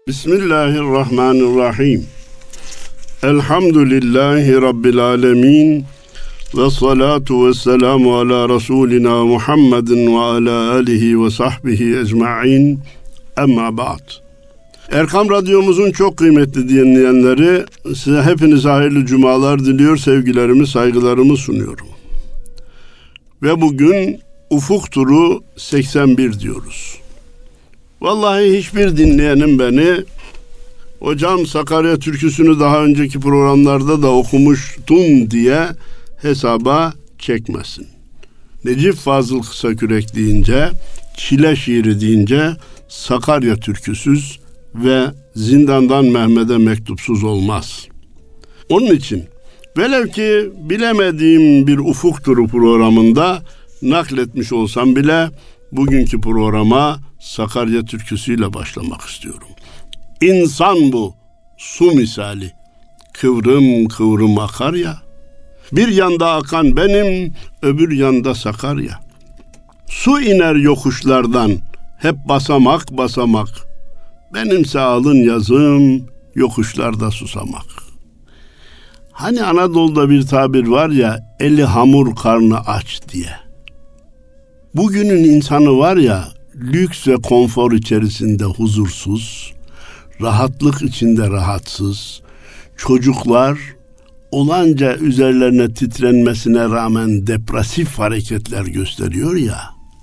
Bismillahirrahmanirrahim. Elhamdülillahi Rabbil alemin. Ve salatu ve selamu ala Resulina Muhammedin ve ala alihi ve sahbihi ecma'in. Emma ba'd. Erkam Radyomuzun çok kıymetli dinleyenleri, size hepinize hayırlı cumalar diliyor, sevgilerimi, saygılarımı sunuyorum. Ve bugün Ufuk Turu 81 diyoruz. Vallahi hiçbir dinleyenim beni, hocam Sakarya türküsünü daha önceki programlarda da okumuştun diye hesaba çekmesin. Necip Fazıl Kısakürek deyince, Çile şiiri deyince Sakarya türküsüz ve Zindandan Mehmet'e mektupsuz olmaz. Onun için velev ki bilemediğim bir Ufuk Turu programında nakletmiş olsam bile bugünkü programa Sakarya türküsüyle başlamak istiyorum. İnsan bu, su misali, kıvrım kıvrım akar ya. Bir yanda akan benim, öbür yanda Sakarya. Su iner yokuşlardan, hep basamak basamak. Benimse alın yazım, yokuşlarda susamak. Hani Anadolu'da bir tabir var ya, eli hamur karnı aç diye. Bugünün insanı var ya, lüks ve konfor içerisinde huzursuz, rahatlık içinde rahatsız, çocuklar olanca üzerlerine titrenmesine rağmen depresif hareketler gösteriyor ya.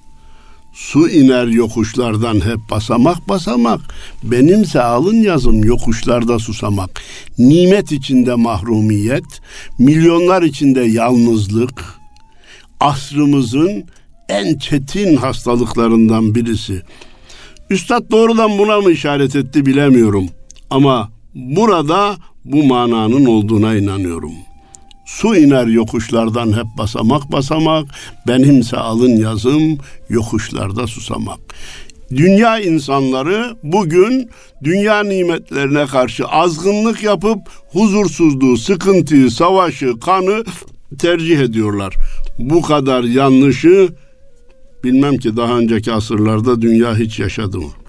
Su iner yokuşlardan hep basamak basamak, benimse alın yazım yokuşlarda susamak. Nimet içinde mahrumiyet, milyonlar içinde yalnızlık, asrımızın en çetin hastalıklarından birisi. Üstad doğrudan buna mı işaret etti bilemiyorum. Ama burada bu mananın olduğuna inanıyorum. Su iner yokuşlardan hep basamak basamak, benimse alın yazım yokuşlarda susamak. Dünya insanları bugün dünya nimetlerine karşı azgınlık yapıp huzursuzluğu, sıkıntıyı, savaşı, kanı tercih ediyorlar. Bu kadar yanlışı bilmem ki daha önceki asırlarda dünya hiç yaşadı mı?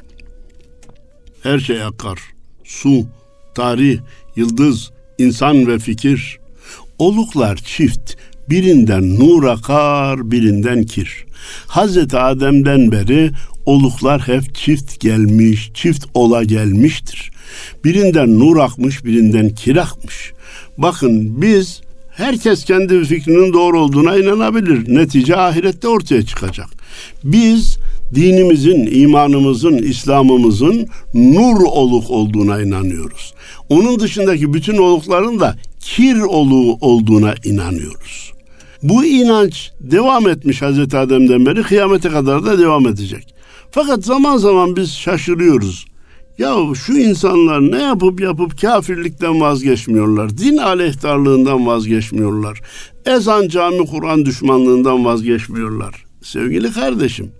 Her şey akar. Su, tarih, yıldız, insan ve fikir. Oluklar çift, birinden nur akar, birinden kir. Hazreti Adem'den beri oluklar hep çift gelmiş, çift ola gelmiştir. Birinden nur akmış, birinden kir akmış. Bakın biz, herkes kendi fikrinin doğru olduğuna inanabilir. Netice ahirette ortaya çıkacak. Biz dinimizin, imanımızın, İslam'ımızın nur oluk olduğuna inanıyoruz. Onun dışındaki bütün olukların da kir oluğu olduğuna inanıyoruz. Bu inanç devam etmiş Hazreti Adem'den beri, kıyamete kadar da devam edecek. Fakat zaman zaman biz şaşırıyoruz. Ya şu insanlar ne yapıp kafirlikten vazgeçmiyorlar. Din aleyhtarlığından vazgeçmiyorlar. Ezan, cami, Kur'an düşmanlığından vazgeçmiyorlar. Sevgili kardeşim,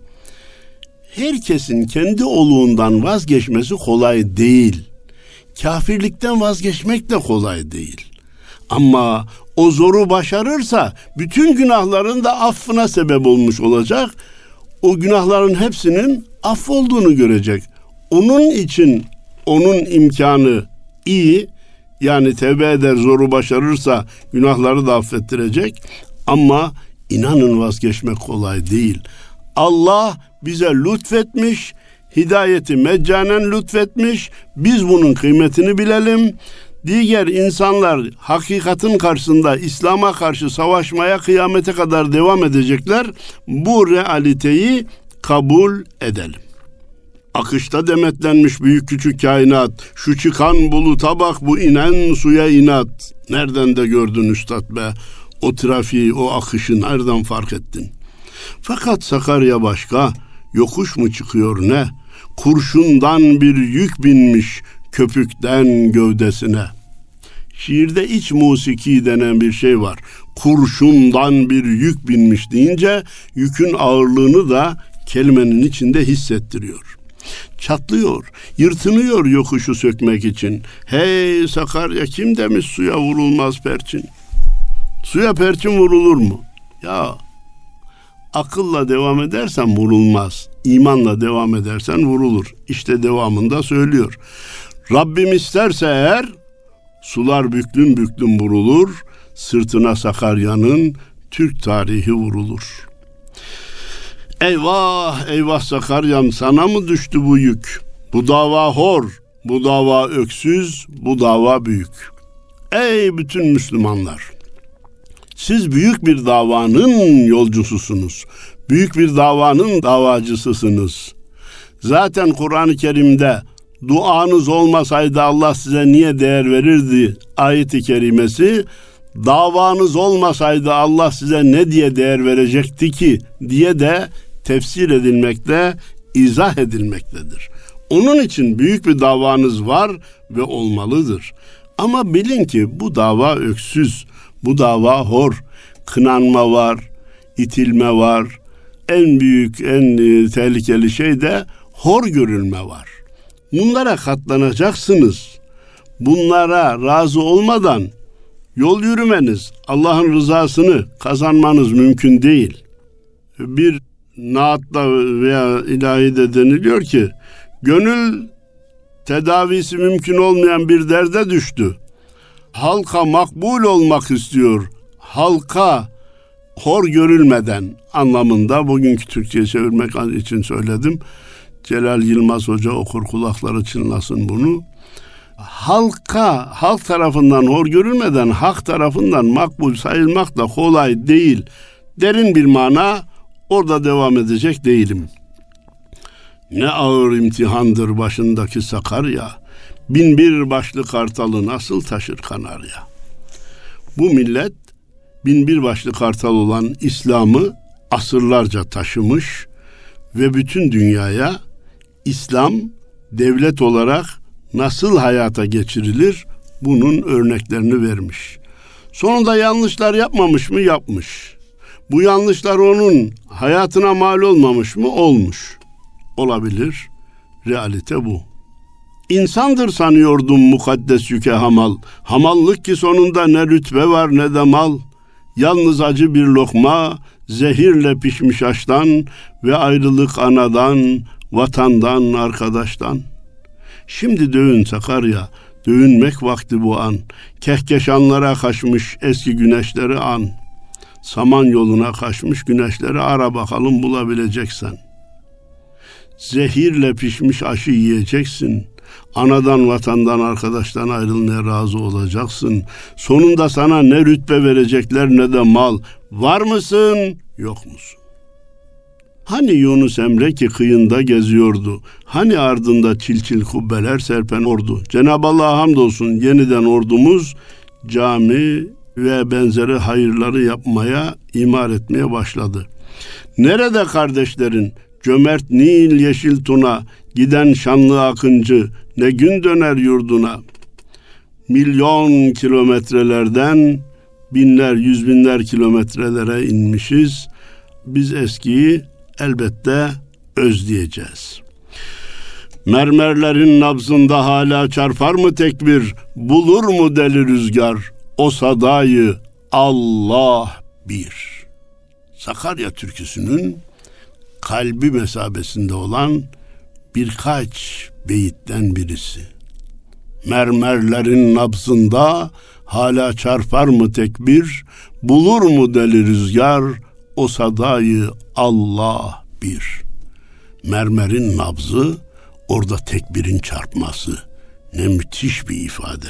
herkesin kendi oluğundan vazgeçmesi kolay değil. Kafirlikten vazgeçmek de kolay değil. Ama o zoru başarırsa bütün günahların da affına sebep olmuş olacak. O günahların hepsinin affolduğunu görecek. Onun için onun imkanı iyi, yani tevbe eder, zoru başarırsa günahları da affettirecek. Ama inanın vazgeçmek kolay değil. Allah bize lütfetmiş, hidayeti meccanen lütfetmiş. Biz bunun kıymetini bilelim. Diğer insanlar hakikatin karşısında İslam'a karşı savaşmaya kıyamete kadar devam edecekler. Bu realiteyi kabul edelim. Akışta demetlenmiş büyük küçük kainat, şu çıkan buluta bak, bu inen suya inat. Nereden de gördün üstad be? O trafiği, o akışı nereden fark ettin? Fakat Sakarya başka, yokuş mu çıkıyor ne? Kurşundan bir yük binmiş köpükten gövdesine. Şiirde iç musiki denen bir şey var. Kurşundan bir yük binmiş deyince yükün ağırlığını da kelimenin içinde hissettiriyor. Çatlıyor, yırtınıyor yokuşu sökmek için. Hey Sakarya, kim demiş suya vurulmaz perçin? Suya perçin vurulur mu? Ya akılla devam edersen vurulmaz. İmanla devam edersen vurulur. İşte devamında söylüyor. Rabbim isterse eğer sular büklüm büklüm vurulur, sırtına Sakarya'nın Türk tarihi vurulur. Eyvah eyvah Sakarya'm, sana mı düştü bu yük? Bu dava hor, bu dava öksüz, bu dava büyük. Ey bütün Müslümanlar! Siz büyük bir davanın yolcususunuz. Büyük bir davanın davacısısınız. Zaten Kur'an-ı Kerim'de duanız olmasaydı Allah size niye değer verirdi ayeti kerimesi, davanız olmasaydı Allah size ne diye değer verecekti ki diye de tefsir edilmekte, izah edilmektedir. Onun için büyük bir davanız var ve olmalıdır. Ama bilin ki bu dava öksüz, bu dava hor, kınanma var, itilme var. En büyük, en tehlikeli şey de hor görülme var. Bunlara katlanacaksınız. Bunlara razı olmadan yol yürümeniz, Allah'ın rızasını kazanmanız mümkün değil. Bir naatta veya ilahide deniliyor ki, gönül tedavisi mümkün olmayan bir derde düştü. Halka makbul olmak istiyor. Halka hor görülmeden anlamında, bugünkü Türkçe'ye çevirmek için söyledim. Celal Yılmaz Hoca okur, kulakları çınlasın bunu. Halk tarafından hor görülmeden hak tarafından makbul sayılmak da kolay değil. Derin bir mana, orada devam edecek değilim. Ne ağır imtihandır başındaki Sakarya, 1001 başlı kartalı nasıl taşır Kanarya? Bu millet 1001 başlı kartal olan İslam'ı asırlarca taşımış ve bütün dünyaya İslam devlet olarak nasıl hayata geçirilir bunun örneklerini vermiş. Sonunda yanlışlar yapmamış mı? Yapmış. Bu yanlışlar onun hayatına mal olmamış mı? Olmuş. Olabilir. Realite bu. İnsandır sanıyordum mukaddes yüke hamal. Hamallık ki sonunda ne rütbe var ne de mal. Yalnız acı bir lokma, zehirle pişmiş aştan ve ayrılık anadan, vatandan, arkadaştan. Şimdi dövün Sakarya, dövünmek vakti bu an. Kehkeşanlara kaçmış eski güneşleri an. Saman yoluna kaçmış güneşleri ara bakalım bulabileceksen. Zehirle pişmiş aşı yiyeceksin. Anadan, vatandan, arkadaştan ayrılmaya razı olacaksın. Sonunda sana ne rütbe verecekler ne de mal. Var mısın, yok musun? Hani Yunus Emre ki kıyında geziyordu. Hani ardında çil çil kubbeler serpen ordu. Cenab-ı Allah'a hamdolsun, yeniden ordumuz cami ve benzeri hayırları yapmaya, imar etmeye başladı. Nerede kardeşlerin? Cömert Nil yeşil tuna, giden şanlı akıncı, ne gün döner yurduna. Milyon kilometrelerden binler, yüz binler kilometrelere inmişiz. Biz eskiyi elbette özleyeceğiz. Mermerlerin nabzında hala çarpar mı tekbir, bulur mu deli rüzgar, o sadayı Allah bir. Sakarya türküsünün kalbi mesabesinde olan birkaç beyitten birisi. Mermerlerin nabzında hala çarpar mı tekbir, bulur mu deli rüzgar, o sadayı Allah bir. Mermerin nabzı, orada tekbirin çarpması. Ne müthiş bir ifade.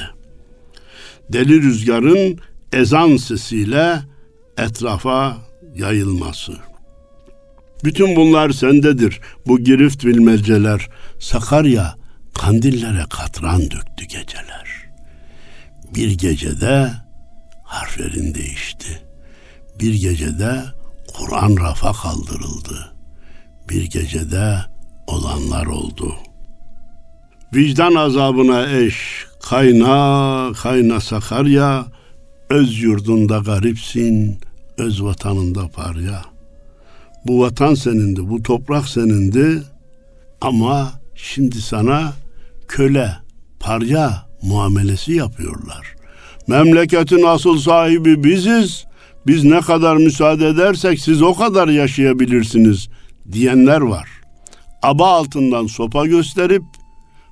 Deli rüzgarın ezan sesiyle etrafa yayılması. Bütün bunlar sendedir, bu girift bilmeceler. Sakarya kandillere katran döktü geceler. Bir gecede harflerin değişti. Bir gecede Kur'an rafa kaldırıldı. Bir gecede olanlar oldu. Vicdan azabına eş, kayna kayna Sakarya, öz yurdunda garipsin, öz vatanında parya. Bu vatan senindi, bu toprak senindi ama şimdi sana köle, parya muamelesi yapıyorlar. Memleketin asıl sahibi biziz, biz ne kadar müsaade edersek siz o kadar yaşayabilirsiniz diyenler var. Aba altından sopa gösterip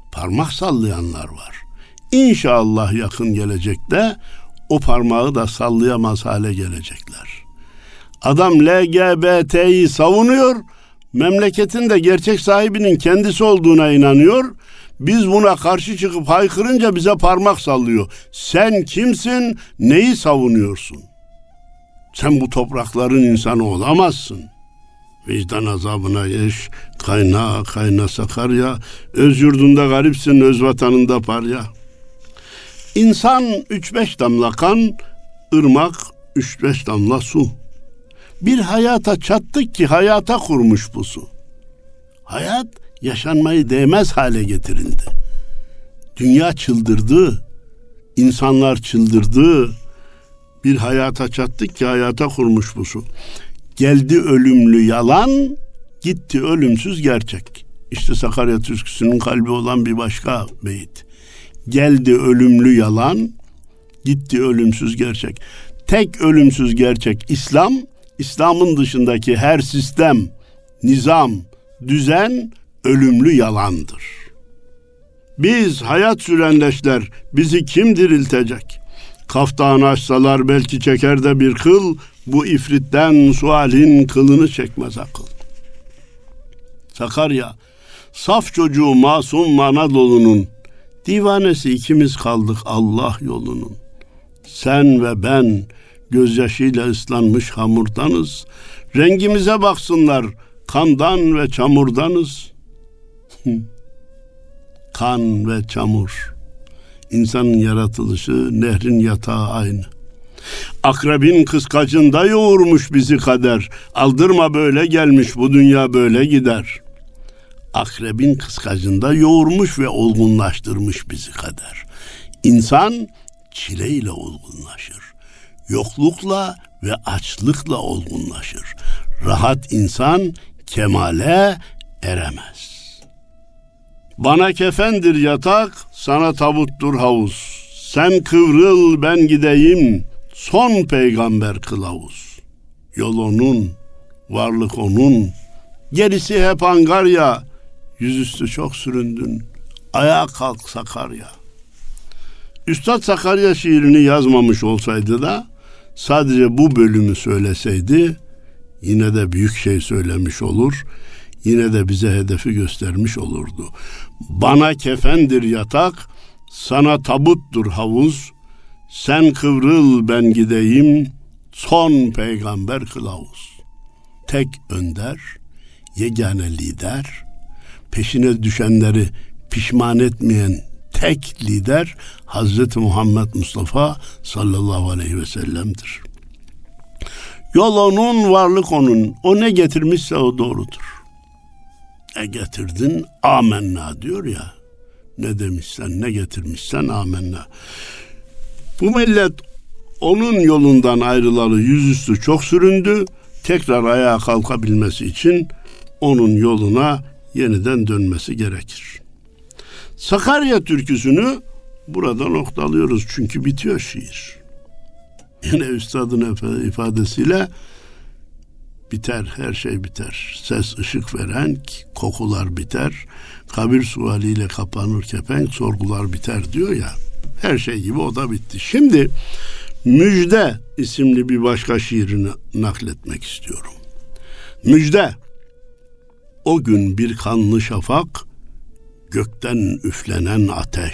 parmak sallayanlar var. İnşallah yakın gelecekte o parmağı da sallayamaz hale gelecekler. Adam LGBT'yi savunuyor, memleketin de gerçek sahibinin kendisi olduğuna inanıyor. Biz buna karşı çıkıp haykırınca bize parmak sallıyor. Sen kimsin, neyi savunuyorsun? Sen bu toprakların insanı olamazsın. Vicdan azabına eş, kayna Sakarya, öz yurdunda garipsin, öz vatanında parya. İnsan 3-5 damla kan, ırmak 3-5 damla su. Bir hayata çattık ki hayata kurmuş bu su. Hayat yaşanmayı değmez hale getirildi. Dünya çıldırdı, insanlar çıldırdı. Bir hayata çattık ki hayata kurmuş bu su. Geldi ölümlü yalan, gitti ölümsüz gerçek. İşte Sakarya türküsünün kalbi olan bir başka beyit. Geldi ölümlü yalan, gitti ölümsüz gerçek. Tek ölümsüz gerçek İslam, İslam'ın dışındaki her sistem, nizam, düzen ölümlü yalandır. Biz hayat sürenleşler, bizi kim diriltecek? Kaftağını açsalar belki çeker de bir kıl, bu ifritten sualin kılını çekmez akıl. Sakarya, saf çocuğu masum Anadolu'nun, divanesi ikimiz kaldık Allah yolunun. Sen ve ben gözyaşıyla ıslanmış hamurdanız. Rengimize baksınlar, kandan ve çamurdanız. Kan ve çamur. İnsanın yaratılışı, nehrin yatağı aynı. Akrebin kıskacında yoğurmuş bizi kader. Aldırma böyle gelmiş, bu dünya böyle gider. Akrebin kıskacında yoğurmuş ve olgunlaştırmış bizi kader. İnsan çileyle olgunlaşır. Yoklukla ve açlıkla olgunlaşır. Rahat insan kemale eremez. Bana kefendir yatak, sana tabuttur havuz. Sen kıvrıl ben gideyim, son peygamber kılavuz. Yol onun, varlık onun, gerisi hep angarya. Yüzüstü çok süründün, ayağa kalk Sakarya. Üstad Sakarya şiirini yazmamış olsaydı da sadece bu bölümü söyleseydi yine de büyük şey söylemiş olur. Yine de bize hedefi göstermiş olurdu. Bana kefendir yatak, sana tabuttur havuz. Sen kıvrıl ben gideyim, son peygamber kılavuz. Tek önder, yegane lider, peşine düşenleri pişman etmeyen tek lider Hazreti Muhammed Mustafa sallallahu aleyhi ve sellem'dir. Yol onun, varlık onun. O ne getirmişse o doğrudur. Getirdin amenna diyor ya. Ne demişsen, ne getirmişsen amenna. Bu millet onun yolundan ayrılalı yüzüstü çok süründü. Tekrar ayağa kalkabilmesi için onun yoluna yeniden dönmesi gerekir. Sakarya türküsünü burada noktalıyoruz çünkü bitiyor şiir. Yine üstadın ifadesiyle biter, her şey biter. Ses ışık veren kokular biter. Kabir sualiyle kapanır kepenk, sorgular biter diyor ya. Her şey gibi o da bitti. Şimdi Müjde isimli bir başka şiirini nakletmek istiyorum. Müjde. O gün bir kanlı şafak, gökten üflenen ateş.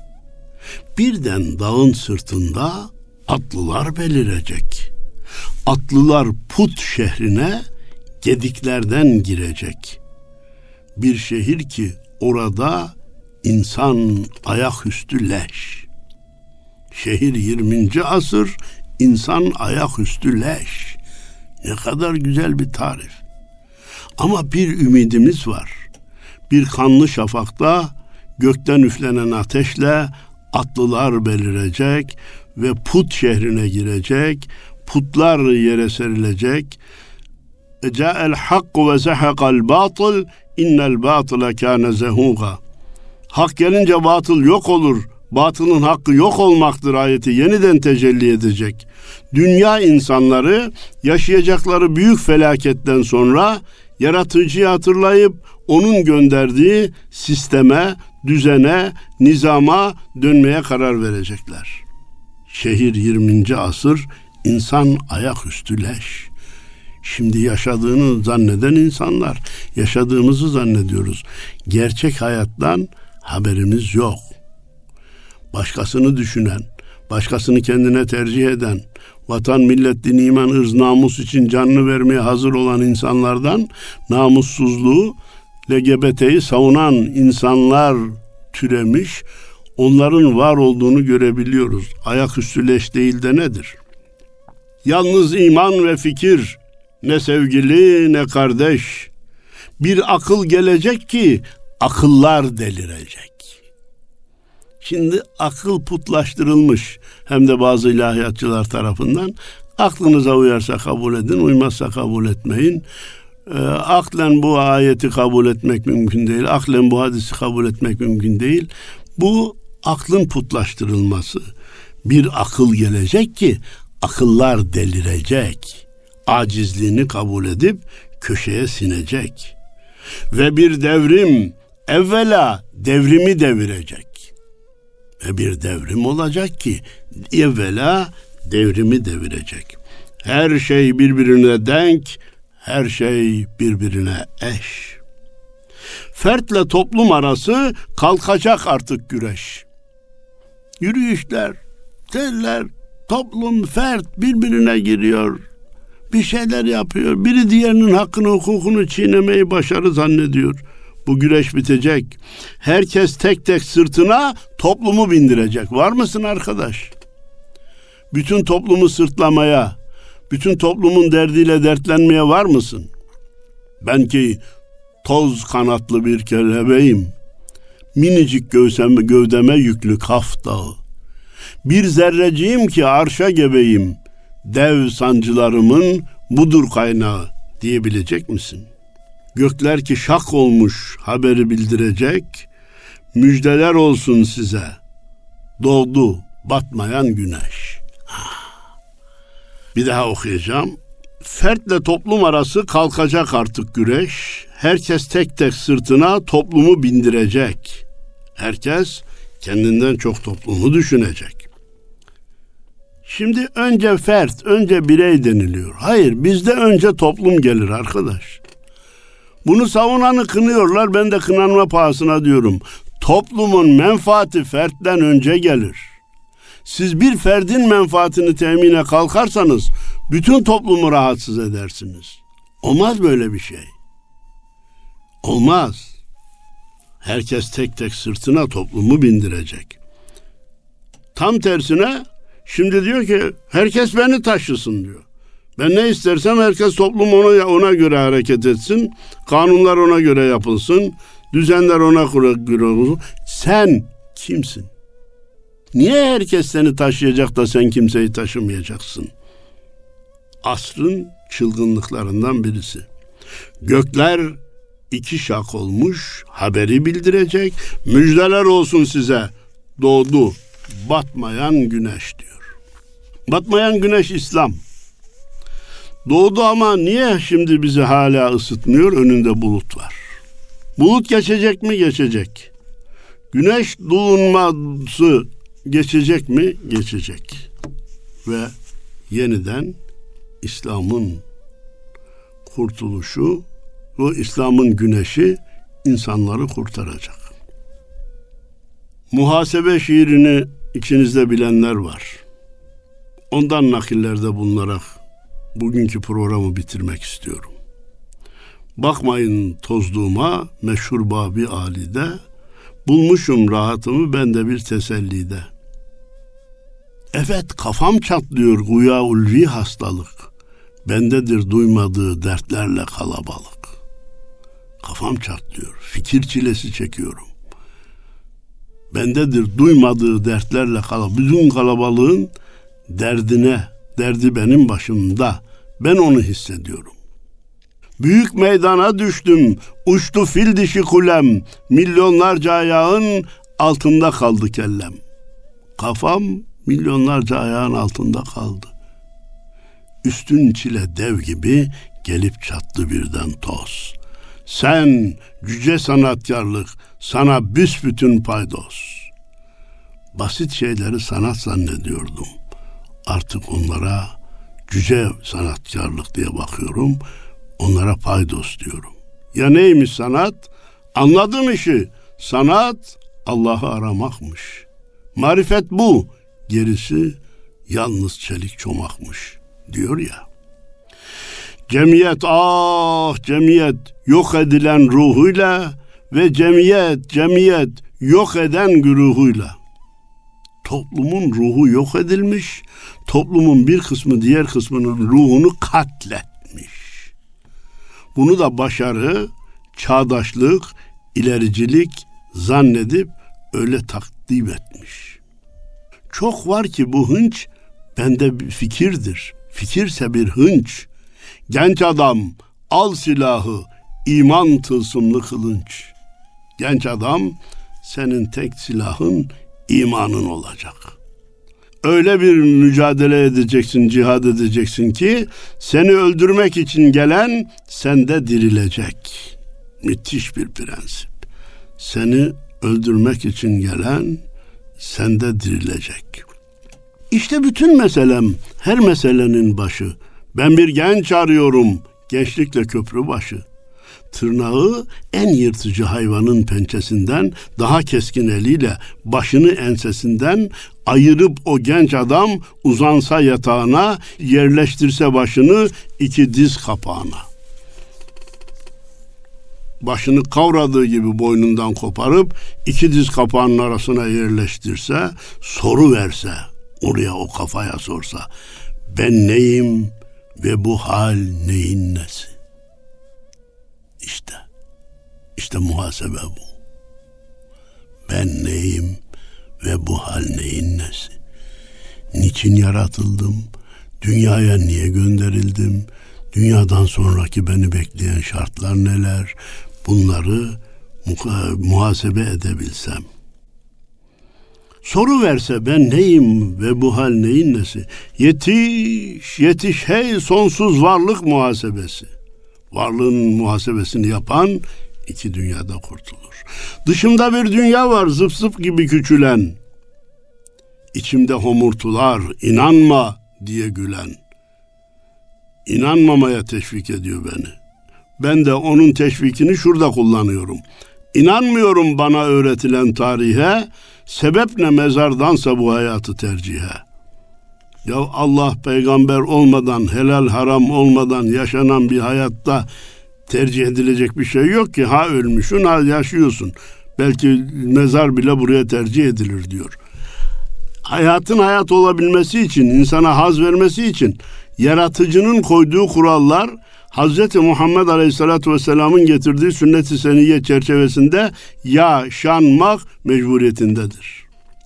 Birden dağın sırtında atlılar belirecek. Atlılar Put şehrine gediklerden girecek. Bir şehir ki orada insan ayaküstü leş. Şehir 20. asır, insan ayaküstü leş. Ne kadar güzel bir tarif. Ama bir ümidimiz var. Bir kanlı şafakta gökten üflenen ateşle atlılar belirecek ve Put şehrine girecek. Putlar yere serilecek. Ca'el hakku ve zehaqal batıl innel batıla kâne zehuga. Hak gelince batıl yok olur. Batılın hakkı yok olmaktır ayeti yeniden tecelli edecek. Dünya insanları yaşayacakları büyük felaketten sonra yaratıcıyı hatırlayıp onun gönderdiği sisteme, düzene, nizama dönmeye karar verecekler. Şehir 20. asır, insan ayaküstü leş. Şimdi yaşadığını zanneden insanlar, yaşadığımızı zannediyoruz. Gerçek hayattan haberimiz yok. Başkasını düşünen, başkasını kendine tercih eden, vatan, millet, din, iman, ırz, namus için canını vermeye hazır olan insanlardan namussuzluğu, LGBT'yi savunan insanlar türemiş, onların var olduğunu görebiliyoruz. Ayaküstü leş değil de nedir? Yalnız iman ve fikir, ne sevgili ne kardeş. Bir akıl gelecek ki akıllar delirecek. Şimdi akıl putlaştırılmış, hem de bazı ilahiyatçılar tarafından. Aklınıza uyarsa kabul edin, uymazsa kabul etmeyin. Aklen bu ayeti kabul etmek mümkün değil, aklen bu hadisi kabul etmek mümkün değil. Bu aklın putlaştırılması. Bir akıl gelecek ki akıllar delirecek. Acizliğini kabul edip köşeye sinecek. Ve bir devrim evvela devrimi devirecek. Ve bir devrim olacak ki evvela devrimi devirecek. Her şey birbirine denk, her şey birbirine eş. Fertle toplum arası kalkacak artık güreş. Yürüyüşler, teller, toplum, fert birbirine giriyor. Bir şeyler yapıyor. Biri diğerinin hakkını, hukukunu çiğnemeyi başarı zannediyor. Bu güreş bitecek. Herkes tek tek sırtına toplumu bindirecek. Var mısın arkadaş? Bütün toplumu sırtlamaya, bütün toplumun derdiyle dertlenmeye var mısın? Ben ki toz kanatlı bir kelebeğim. Minicik gövdeme yüklü Kaf Dağı. Bir zerreciğim ki arşa gebeyim. Dev sancılarımın budur kaynağı diyebilecek misin? Gökler ki şak olmuş haberi bildirecek. Müjdeler olsun size. Doğdu batmayan güneş. Bir daha okuyacağım. Fertle toplum arası kalkacak artık güreş. Herkes tek tek sırtına toplumu bindirecek. Herkes kendinden çok toplumu düşünecek. Şimdi önce fert, önce birey deniliyor. Hayır, bizde önce toplum gelir arkadaş. Bunu savunanı kınıyorlar, ben de kınanma pahasına diyorum. Toplumun menfaati fertten önce gelir. Siz bir ferdin menfaatini temine kalkarsanız bütün toplumu rahatsız edersiniz. Olmaz böyle bir şey. Olmaz. Herkes tek tek sırtına toplumu bindirecek. Tam tersine şimdi diyor ki herkes beni taşısın diyor. Ben ne istersem herkes toplum ona göre hareket etsin. Kanunlar ona göre yapılsın. Düzenler ona göre olsun. Sen kimsin? Niye herkes seni taşıyacak da sen kimseyi taşımayacaksın? Asrın çılgınlıklarından birisi. Gökler iki şak olmuş, haberi bildirecek. Müjdeler olsun size. Doğdu batmayan güneş diyor. Batmayan güneş İslam. Doğdu ama niye şimdi bizi hala ısıtmıyor? Önünde bulut var. Bulut geçecek mi? Geçecek. Güneş doğması geçecek mi? Geçecek. Ve yeniden İslam'ın kurtuluşu, bu İslam'ın güneşi insanları kurtaracak. Muhasebe şiirini içinizde bilenler var. Ondan nakillerde bulunarak bugünkü programı bitirmek istiyorum. Bakmayın tozluğuma meşhur Babi Ali'de, bulmuşum rahatımı ben de bir tesellide. Evet kafam çatlıyor güya ulvi hastalık, bendedir duymadığı dertlerle kalabalık. Kafam çatlıyor, fikir çilesi çekiyorum. Bendedir duymadığı dertlerle kalabalık. Bütün kalabalığın derdi benim başımda. Ben onu hissediyorum. Büyük meydana düştüm, uçtu fil dişi kulem, milyonlarca ayağın altında kaldı kellem. Kafam milyonlarca ayağın altında kaldı. Üstün çile dev gibi gelip çattı birden toz. Sen yüce sanatkarlık, sana büsbütün paydos. Basit şeyleri sanat zannediyordum. Artık onlara yüce sanatkarlık diye bakıyorum. Onlara paydos diyorum. Ya neymiş sanat? Anladım işi. Sanat Allah'ı aramakmış. Marifet bu. Gerisi yalnız çelik çomakmış diyor ya. Cemiyet, cemiyet yok edilen ruhuyla ve cemiyet yok eden güruhuyla. Toplumun ruhu yok edilmiş, toplumun bir kısmı diğer kısmının ruhunu katletmiş. Bunu da başarı, çağdaşlık, ilericilik zannedip öyle takdim etmiş. Çok var ki bu hınç bende bir fikirdir. Fikirse bir hınç. Genç adam al silahı, iman tılsımlı kılınç. Genç adam senin tek silahın imanın olacak. Öyle bir mücadele edeceksin, cihad edeceksin ki seni öldürmek için gelen sende dirilecek. Müthiş bir prensip. Seni öldürmek için gelen sende dirilecek. İşte bütün meselem, her meselenin başı. Ben bir genç arıyorum, gençlikle köprü başı. Tırnağı en yırtıcı hayvanın pençesinden daha keskin eliyle başını ensesinden ayırıp o genç adam uzansa yatağına, yerleştirse başını iki diz kapağına. Başını kavradığı gibi boynundan koparıp iki diz kapağının arasına yerleştirse, soru verse, oraya o kafaya sorsa, ben neyim ve bu hal neyin nesi? İşte muhasebe bu. Ben neyim ve bu hal neyin nesi? Niçin yaratıldım? Dünyaya niye gönderildim? Dünyadan sonraki beni bekleyen şartlar neler? Bunları muhasebe edebilsem. Soru verse ben neyim ve bu hal neyin nesi? Yetiş hey sonsuz varlık muhasebesi. Varlığın muhasebesini yapan iki dünyada kurtulur. Dışımda bir dünya var zıp zıp gibi küçülen. İçimde homurtular inanma diye gülen. İnanmamaya teşvik ediyor beni. Ben de onun teşvikini şurada kullanıyorum. İnanmıyorum bana öğretilen tarihe, sebep ne mezardansa bu hayatı tercihe. Ya Allah peygamber olmadan, helal haram olmadan yaşanan bir hayatta tercih edilecek bir şey yok ki. Ha ölmüşsün, ha yaşıyorsun. Belki mezar bile buraya tercih edilir diyor. Hayatın hayat olabilmesi için, insana haz vermesi için yaratıcının koyduğu kurallar Hz. Muhammed Aleyhisselatü Vesselam'ın getirdiği sünnet-i seniyye çerçevesinde yaşanmak mecburiyetindedir.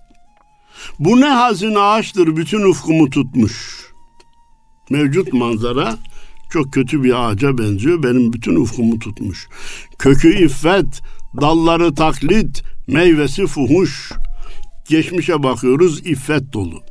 Bu ne hazin ağaçtır bütün ufkumu tutmuş. Mevcut manzara çok kötü bir ağaca benziyor. Benim bütün ufkumu tutmuş. Kökü iffet, dalları taklit, meyvesi fuhuş. Geçmişe bakıyoruz, iffet dolu.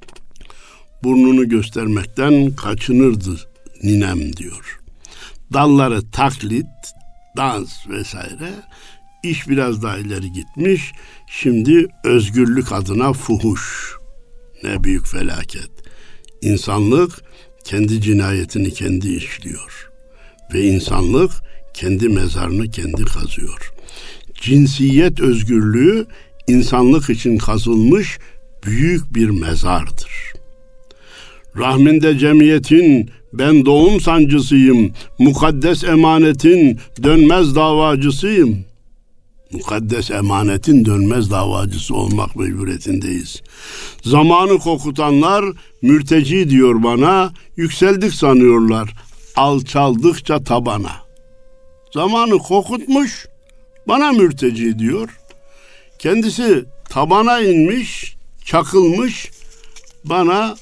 Burnunu göstermekten kaçınırdı ninem diyor. Dalları taklit, dans vesaire. İş biraz daha ileri gitmiş. Şimdi özgürlük adına fuhuş. Ne büyük felaket. İnsanlık kendi cinayetini kendi işliyor. Ve insanlık kendi mezarını kendi kazıyor. Cinsiyet özgürlüğü insanlık için kazılmış büyük bir mezardır. Rahminde cemiyetin ben doğum sancısıyım. Mukaddes emanetin dönmez davacısıyım. Mukaddes emanetin dönmez davacısı olmak mecburiyetindeyiz. Zamanı kokutanlar mürteci diyor bana, yükseldik sanıyorlar, alçaldıkça tabana. Zamanı kokutmuş, bana mürteci diyor. Kendisi tabana inmiş, çakılmış, bana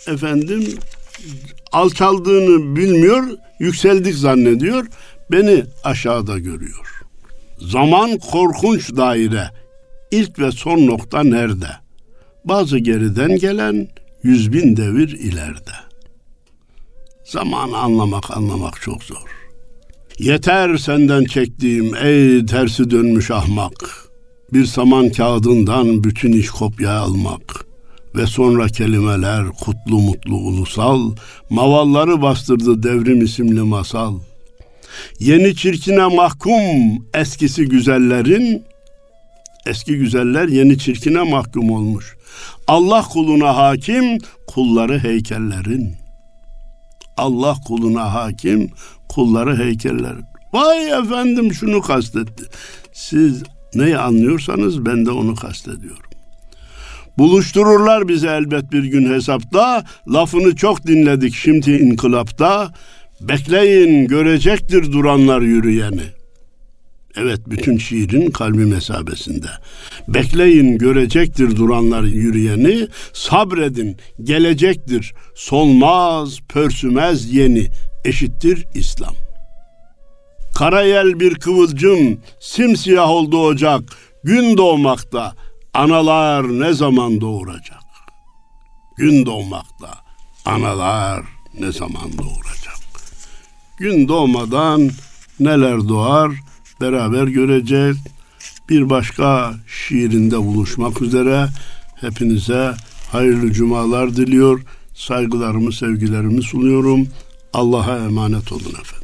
alçaldığını bilmiyor, yükseldik zannediyor, beni aşağıda görüyor. Zaman korkunç daire, ilk ve son nokta nerede? Bazı geriden gelen 100.000 devir ileride. Zamanı anlamak çok zor. Yeter senden çektiğim ey tersi dönmüş ahmak. Bir saman kağıdından bütün iş kopya almak. Ve sonra kelimeler kutlu mutlu ulusal, mavalları bastırdı devrim isimli masal. Yeni çirkine mahkum eskisi güzellerin, eski güzeller yeni çirkine mahkum olmuş. Allah kuluna hakim, kulları heykellerin. Allah kuluna hakim, kulları heykellerin. Vay efendim şunu kastetti. Siz neyi anlıyorsanız ben de onu kastediyorum. Buluştururlar bizi elbet bir gün hesapta, lafını çok dinledik şimdi inkılapta, bekleyin görecektir duranlar yürüyeni. Evet, bütün şiirin kalbi mesabesinde. Bekleyin görecektir duranlar yürüyeni, sabredin gelecektir solmaz pörsümez yeni, eşittir İslam. Karayel bir kıvılcım, simsiyah oldu ocak, gün doğmakta, analar ne zaman doğuracak? Gün doğmakta, analar ne zaman doğuracak? Gün doğmadan neler doğar beraber göreceğiz. Bir başka şiirinde buluşmak üzere hepinize hayırlı cumalar diliyor. Saygılarımı, sevgilerimi sunuyorum. Allah'a emanet olun efendim.